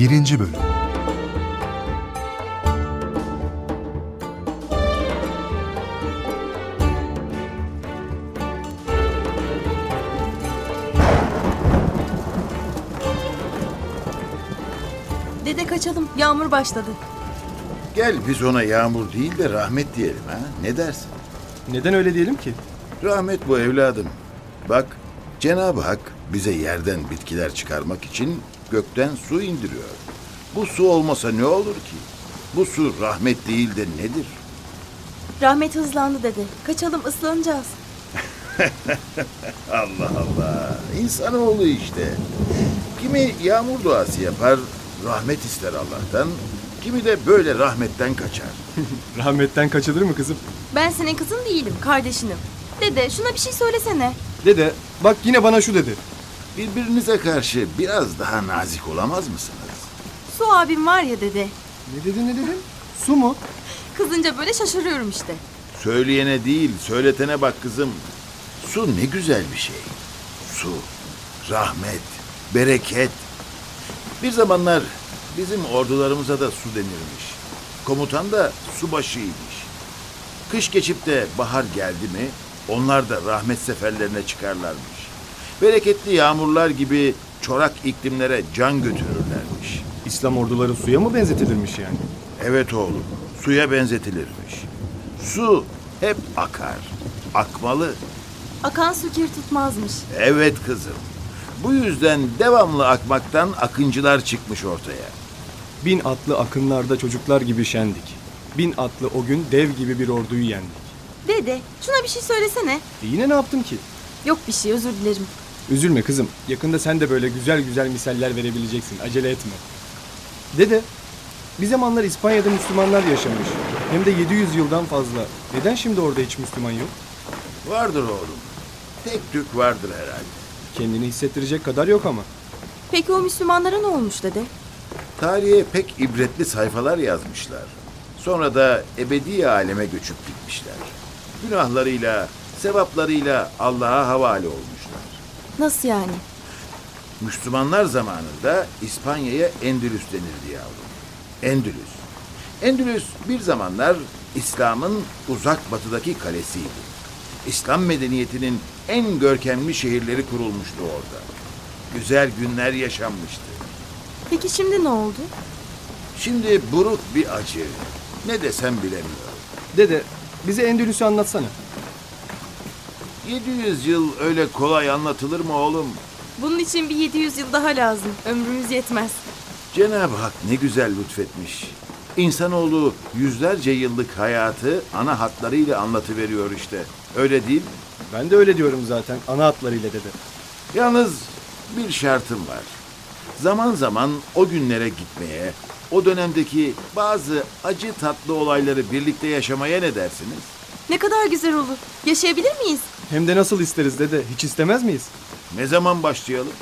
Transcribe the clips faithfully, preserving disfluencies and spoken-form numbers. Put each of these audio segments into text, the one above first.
birinci Bölüm. Dede kaçalım, yağmur başladı. Gel biz ona yağmur değil de rahmet diyelim ha. Ne dersin? Neden öyle diyelim ki? Rahmet bu evladım. Bak, Cenab-ı Hak bize yerden bitkiler çıkarmak için gökten su indiriyor. Bu su olmasa ne olur ki? Bu su rahmet değil de nedir? Rahmet hızlandı dede. Kaçalım, ıslanacağız. Allah Allah. İnsanoğlu işte. Kimi yağmur duası yapar, rahmet ister Allah'tan. Kimi de böyle rahmetten kaçar. Rahmetten kaçılır mı kızım? Ben senin kızın değilim, kardeşinim. Dede, şuna bir şey söylesene. Dede bak yine bana şu dedi. Birbirinize karşı biraz daha nazik olamaz mısınız? Su abim var ya dede. Ne dedi ne dedin? Su mu? Kızınca böyle şaşırıyorum işte. Söyleyene değil, söyletene bak kızım. Su ne güzel bir şey. Su, rahmet, bereket. Bir zamanlar bizim ordularımıza da su denirmiş. Komutan da subaşıymış. Kış geçip de bahar geldi mi, onlar da rahmet seferlerine çıkarlarmış. Bereketli yağmurlar gibi çorak iklimlere can götürürlermiş. İslam orduları suya mı benzetilirmiş yani? Evet oğlum, suya benzetilirmiş. Su hep akar, akmalı. Akan su kir tutmazmış. Evet kızım. Bu yüzden devamlı akmaktan akıncılar çıkmış ortaya. Bin atlı akınlarda çocuklar gibi şendik. Bin atlı o gün dev gibi bir orduyu yendik. Dede, şuna bir şey söylesene. E yine ne yaptım ki? Yok bir şey, özür dilerim. Üzülme kızım. Yakında sen de böyle güzel güzel misaller verebileceksin. Acele etme. Dede, bir zamanlar İspanya'da Müslümanlar yaşamış. Hem de yedi yüz yıldan fazla. Neden şimdi orada hiç Müslüman yok? Vardır oğlum. Tek tük vardır herhalde. Kendini hissettirecek kadar yok ama. Peki o Müslümanlara ne olmuş dede? Tarihe pek ibretli sayfalar yazmışlar. Sonra da ebedi aleme göçüp gitmişler. Günahlarıyla, sevaplarıyla Allah'a havale olmuşlar. Nasıl yani? Müslümanlar zamanında İspanya'ya Endülüs denirdi yavrum. Endülüs. Endülüs bir zamanlar İslam'ın uzak batıdaki kalesiydi. İslam medeniyetinin en görkemli şehirleri kurulmuştu orada. Güzel günler yaşanmıştı. Peki şimdi ne oldu? Şimdi buruk bir acı. Ne desem bilemiyorum. Dede, bize Endülüs'ü anlatsana. yedi yüz yıl öyle kolay anlatılır mı oğlum? Bunun için bir yedi yüz yıl daha lazım. Ömrümüz yetmez. Cenab-ı Hak ne güzel lütfetmiş. İnsanoğlu yüzlerce yıllık hayatı ana hatlarıyla anlatıveriyor işte. Öyle değil mi? Ben de öyle diyorum zaten. Ana hatlarıyla dede. Yalnız bir şartım var. Zaman zaman o günlere gitmeye, o dönemdeki bazı acı tatlı olayları birlikte yaşamaya ne dersiniz? Ne kadar güzel olur. Yaşayabilir miyiz? Hem de nasıl isteriz dede? Hiç istemez miyiz? Ne zaman başlayalım?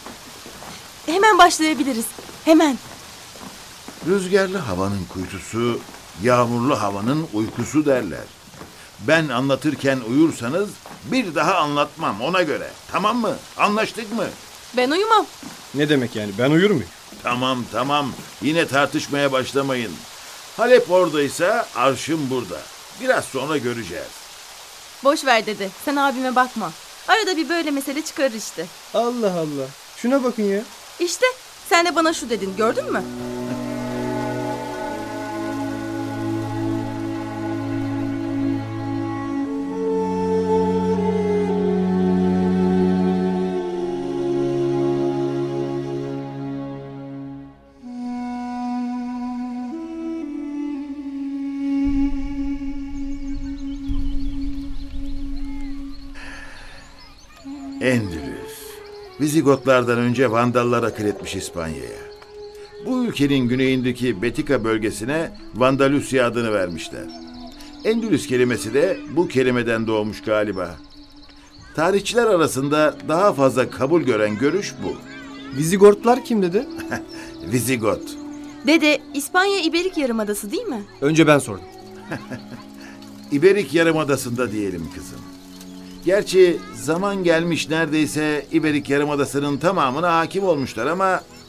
Hemen başlayabiliriz. Hemen. Rüzgarlı havanın kuytusu, yağmurlu havanın uykusu derler. Ben anlatırken uyursanız bir daha anlatmam ona göre. Tamam mı? Anlaştık mı? Ben uyumam. Ne demek yani? Ben uyur muyum? Tamam tamam. Yine tartışmaya başlamayın. Halep oradaysa arşım burada. Biraz sonra göreceğiz. Boş ver dede. Sen abime bakma. Arada bir böyle mesele çıkarır işte. Allah Allah. Şuna bakın ya. İşte sen de bana şu dedin. Gördün mü? Endülüs. Vizigotlardan önce Vandallar akıl etmiş İspanya'ya. Bu ülkenin güneyindeki Betika bölgesine Vandalüsya adını vermişler. Endülüs kelimesi de bu kelimeden doğmuş galiba. Tarihçiler arasında daha fazla kabul gören görüş bu. Vizigotlar kim dedi? Vizigot. Dede, İspanya İberik Yarımadası değil mi? Önce ben sordum. İberik Yarımadası'nda diyelim kızım. Gerçi zaman gelmiş neredeyse İberik Yarımadası'nın tamamına hakim olmuşlar ama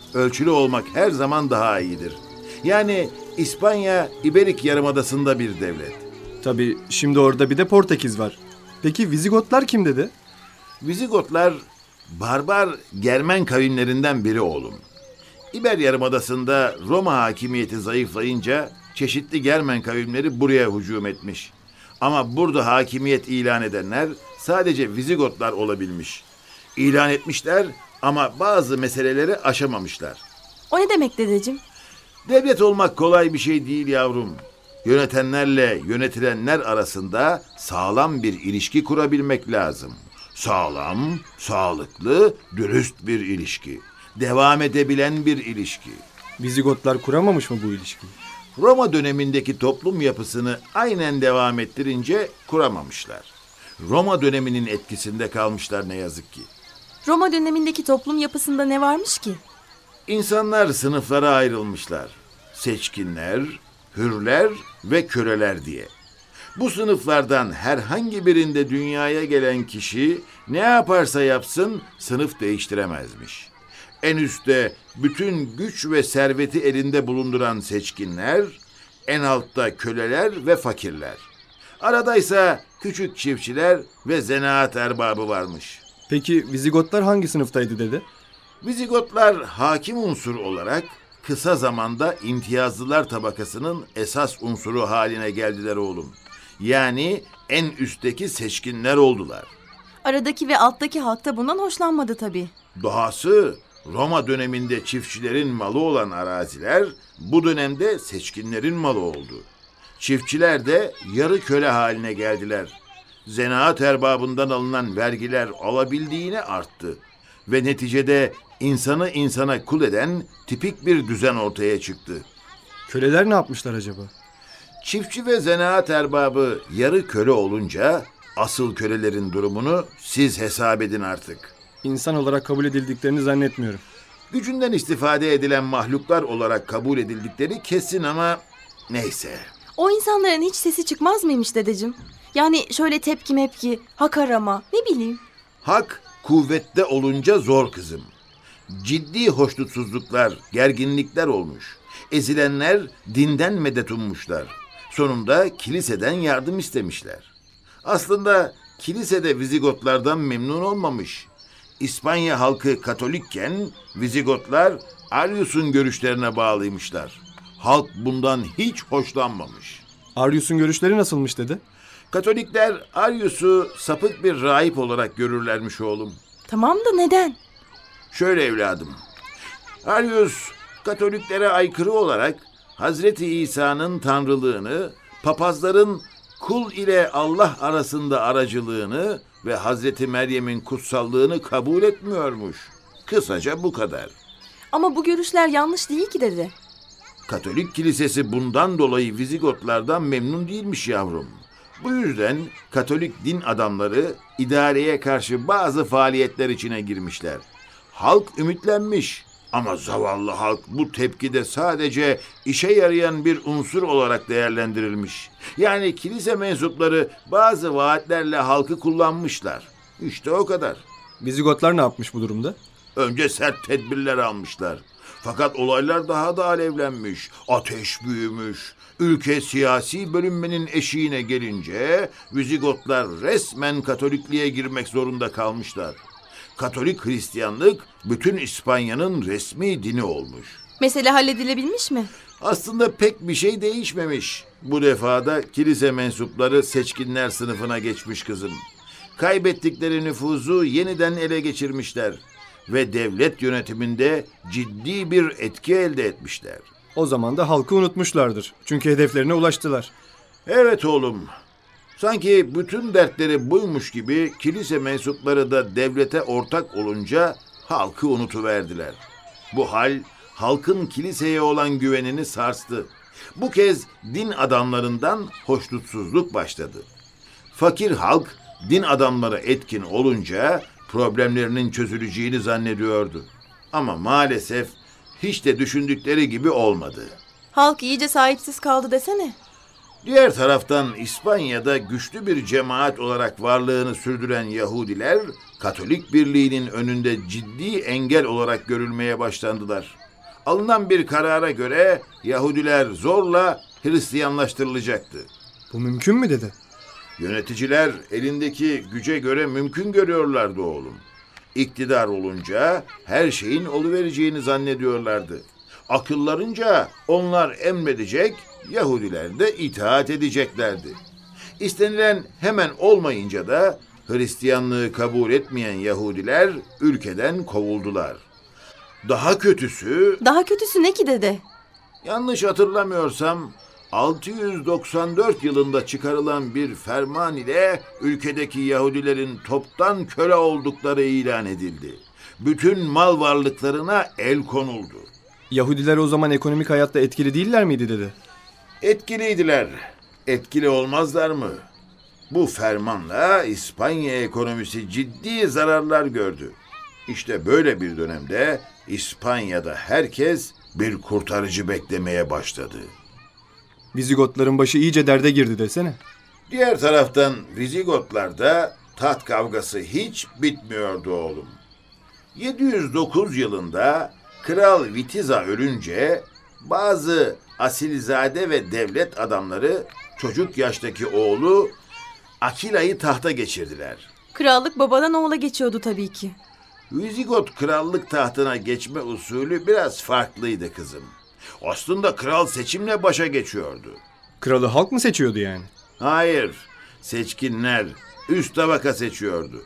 ölçülü olmak her zaman daha iyidir. Yani İspanya, İberik Yarımadası'nda bir devlet. Tabii şimdi orada bir de Portekiz var. Peki Vizigotlar kim dedi? Vizigotlar, barbar Germen kavimlerinden biri oğlum. İber Yarımadası'nda Roma hakimiyeti zayıflayınca çeşitli Germen kavimleri buraya hücum etmiş. Ama burada hakimiyet ilan edenler sadece Vizigotlar olabilmiş. İlan etmişler ama bazı meseleleri aşamamışlar. O ne demek dedeciğim? Devlet olmak kolay bir şey değil yavrum. Yönetenlerle yönetilenler arasında sağlam bir ilişki kurabilmek lazım. Sağlam, sağlıklı, dürüst bir ilişki. Devam edebilen bir ilişki. Vizigotlar kuramamış mı bu ilişkiyi? Roma dönemindeki toplum yapısını aynen devam ettirince kuramamışlar. Roma döneminin etkisinde kalmışlar ne yazık ki. Roma dönemindeki toplum yapısında ne varmış ki? İnsanlar sınıflara ayrılmışlar. Seçkinler, hürler ve köleler diye. Bu sınıflardan herhangi birinde dünyaya gelen kişi ne yaparsa yapsın sınıf değiştiremezmiş. En üstte bütün güç ve serveti elinde bulunduran seçkinler, en altta köleler ve fakirler. Aradaysa küçük çiftçiler ve zanaat erbabı varmış. Peki Vizigotlar hangi sınıftaydı dedi? Vizigotlar hakim unsur olarak kısa zamanda imtiyazlılar tabakasının esas unsuru haline geldiler oğlum. Yani en üstteki seçkinler oldular. Aradaki ve alttaki halk da bundan hoşlanmadı tabii. Dahası Roma döneminde çiftçilerin malı olan araziler bu dönemde seçkinlerin malı oldu. Çiftçiler de yarı köle haline geldiler. Zanaat erbabından alınan vergiler alabildiğine arttı. Ve neticede insanı insana kul eden tipik bir düzen ortaya çıktı. Köleler ne yapmışlar acaba? Çiftçi ve zanaat erbabı yarı köle olunca asıl kölelerin durumunu siz hesap edin artık. İnsan olarak kabul edildiklerini zannetmiyorum. Gücünden istifade edilen mahluklar olarak kabul edildikleri kesin ama neyse. O insanların hiç sesi çıkmaz mıymış dedeciğim? Yani şöyle tepki mepki, hak arama, ne bileyim. Hak kuvvette olunca zor kızım. Ciddi hoşnutsuzluklar, gerginlikler olmuş. Ezilenler dinden medet ummuşlar. Sonunda kiliseden yardım istemişler. Aslında kilisede Vizigotlardan memnun olmamış. İspanya halkı Katolikken Vizigotlar Arius'un görüşlerine bağlıymışlar. Halk bundan hiç hoşlanmamış. Arius'un görüşleri nasılmış dedi? Katolikler Arius'u sapık bir rahip olarak görürlermiş oğlum. Tamam da neden? Şöyle evladım. Arius Katoliklere aykırı olarak Hazreti İsa'nın tanrılığını, papazların kul ile Allah arasında aracılığını ve Hazreti Meryem'in kutsallığını kabul etmiyormuş. Kısaca bu kadar. Ama bu görüşler yanlış değil ki dede. Katolik kilisesi bundan dolayı Vizigotlardan memnun değilmiş yavrum. Bu yüzden Katolik din adamları idareye karşı bazı faaliyetler içine girmişler. Halk ümitlenmiş ama zavallı halk bu tepkide sadece işe yarayan bir unsur olarak değerlendirilmiş. Yani kilise mensupları bazı vaatlerle halkı kullanmışlar. İşte o kadar. Vizigotlar ne yapmış bu durumda? Önce sert tedbirler almışlar. Fakat olaylar daha da alevlenmiş, ateş büyümüş. Ülke siyasi bölünmenin eşiğine gelince Vizigotlar resmen Katolikliğe girmek zorunda kalmışlar. Katolik Hristiyanlık bütün İspanya'nın resmi dini olmuş. Mesele halledilebilmiş mi? Aslında pek bir şey değişmemiş. Bu defada kilise mensupları seçkinler sınıfına geçmiş kızım. Kaybettikleri nüfuzu yeniden ele geçirmişler ve devlet yönetiminde ciddi bir etki elde etmişler. O zaman da halkı unutmuşlardır. Çünkü hedeflerine ulaştılar. Evet oğlum. Sanki bütün dertleri buymuş gibi kilise mensupları da devlete ortak olunca halkı unutuverdiler. Bu hal halkın kiliseye olan güvenini sarstı. Bu kez din adamlarından hoşnutsuzluk başladı. Fakir halk din adamları etkin olunca problemlerinin çözüleceğini zannediyordu. Ama maalesef hiç de düşündükleri gibi olmadı. Halk iyice sahipsiz kaldı desene. Diğer taraftan İspanya'da güçlü bir cemaat olarak varlığını sürdüren Yahudiler, Katolik birliğinin önünde ciddi engel olarak görülmeye başlandılar. Alınan bir karara göre Yahudiler zorla Hristiyanlaştırılacaktı. Bu mümkün mü dede? Yöneticiler elindeki güce göre mümkün görüyorlardı oğlum. İktidar olunca her şeyin oluvereceğini zannediyorlardı. Akıllarınca onlar emredecek, Yahudiler de itaat edeceklerdi. İstenilen hemen olmayınca da Hristiyanlığı kabul etmeyen Yahudiler ülkeden kovuldular. Daha kötüsü, Daha kötüsü ne ki dede? yanlış hatırlamıyorsam altı yüz doksan dört yılında çıkarılan bir ferman ile ülkedeki Yahudilerin toptan köle oldukları ilan edildi. Bütün mal varlıklarına el konuldu. Yahudiler o zaman ekonomik hayatta etkili değiller miydi dede? Etkiliydiler. Etkili olmazlar mı? Bu fermanla İspanya ekonomisi ciddi zararlar gördü. İşte böyle bir dönemde İspanya'da herkes bir kurtarıcı beklemeye başladı. Vizigotların başı iyice derde girdi desene. Diğer taraftan Vizigotlarda taht kavgası hiç bitmiyordu oğlum. yedi yüz dokuz yılında Kral Vitiza ölünce bazı asilzade ve devlet adamları çocuk yaştaki oğlu Akila'yı tahta geçirdiler. Krallık babadan oğula geçiyordu tabii ki. Vizigot krallık tahtına geçme usulü biraz farklıydı kızım. Aslında kral seçimle başa geçiyordu. Kralı halk mı seçiyordu yani? Hayır, seçkinler üst tabaka seçiyordu.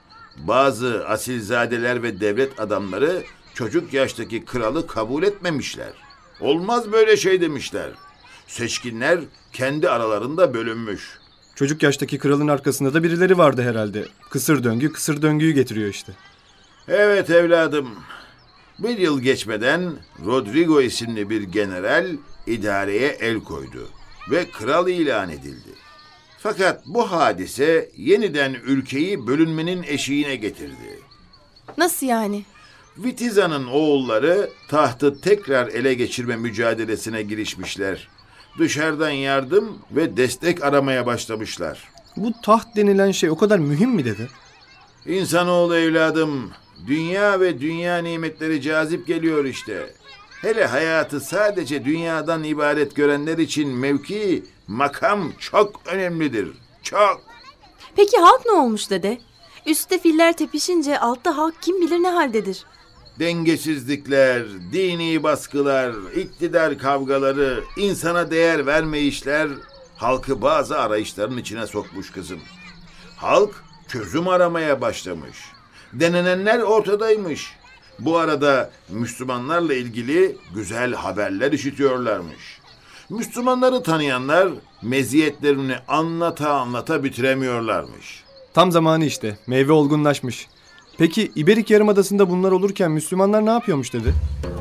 Bazı asilzadeler ve devlet adamları çocuk yaştaki kralı kabul etmemişler. Olmaz böyle şey demişler. Seçkinler kendi aralarında bölünmüş. Çocuk yaştaki kralın arkasında da birileri vardı herhalde. Kısır döngü kısır döngüyü getiriyor işte. Evet evladım. Bir yıl geçmeden Rodrigo isimli bir general idareye el koydu ve kral ilan edildi. Fakat bu hadise yeniden ülkeyi bölünmenin eşiğine getirdi. Nasıl yani? Vitiza'nın oğulları tahtı tekrar ele geçirme mücadelesine girişmişler. Dışarıdan yardım ve destek aramaya başlamışlar. Bu taht denilen şey o kadar mühim mi dede? İnsanoğlu evladım, dünya ve dünya nimetleri cazip geliyor işte. Hele hayatı sadece dünyadan ibaret görenler için mevki, makam çok önemlidir. Çok. Peki halk ne olmuş dede? Üstte filler tepişince altta halk kim bilir ne haldedir. Dengesizlikler, dini baskılar, iktidar kavgaları, insana değer vermeyişler halkı bazı arayışların içine sokmuş kızım. Halk çözüm aramaya başlamış. Denenenler ortadaymış. Bu arada Müslümanlarla ilgili güzel haberler işitiyorlarmış. Müslümanları tanıyanlar meziyetlerini anlata anlata bitiremiyorlarmış. Tam zamanı işte. Meyve olgunlaşmış. Peki İberik Yarımadası'nda bunlar olurken Müslümanlar ne yapıyormuş dedi?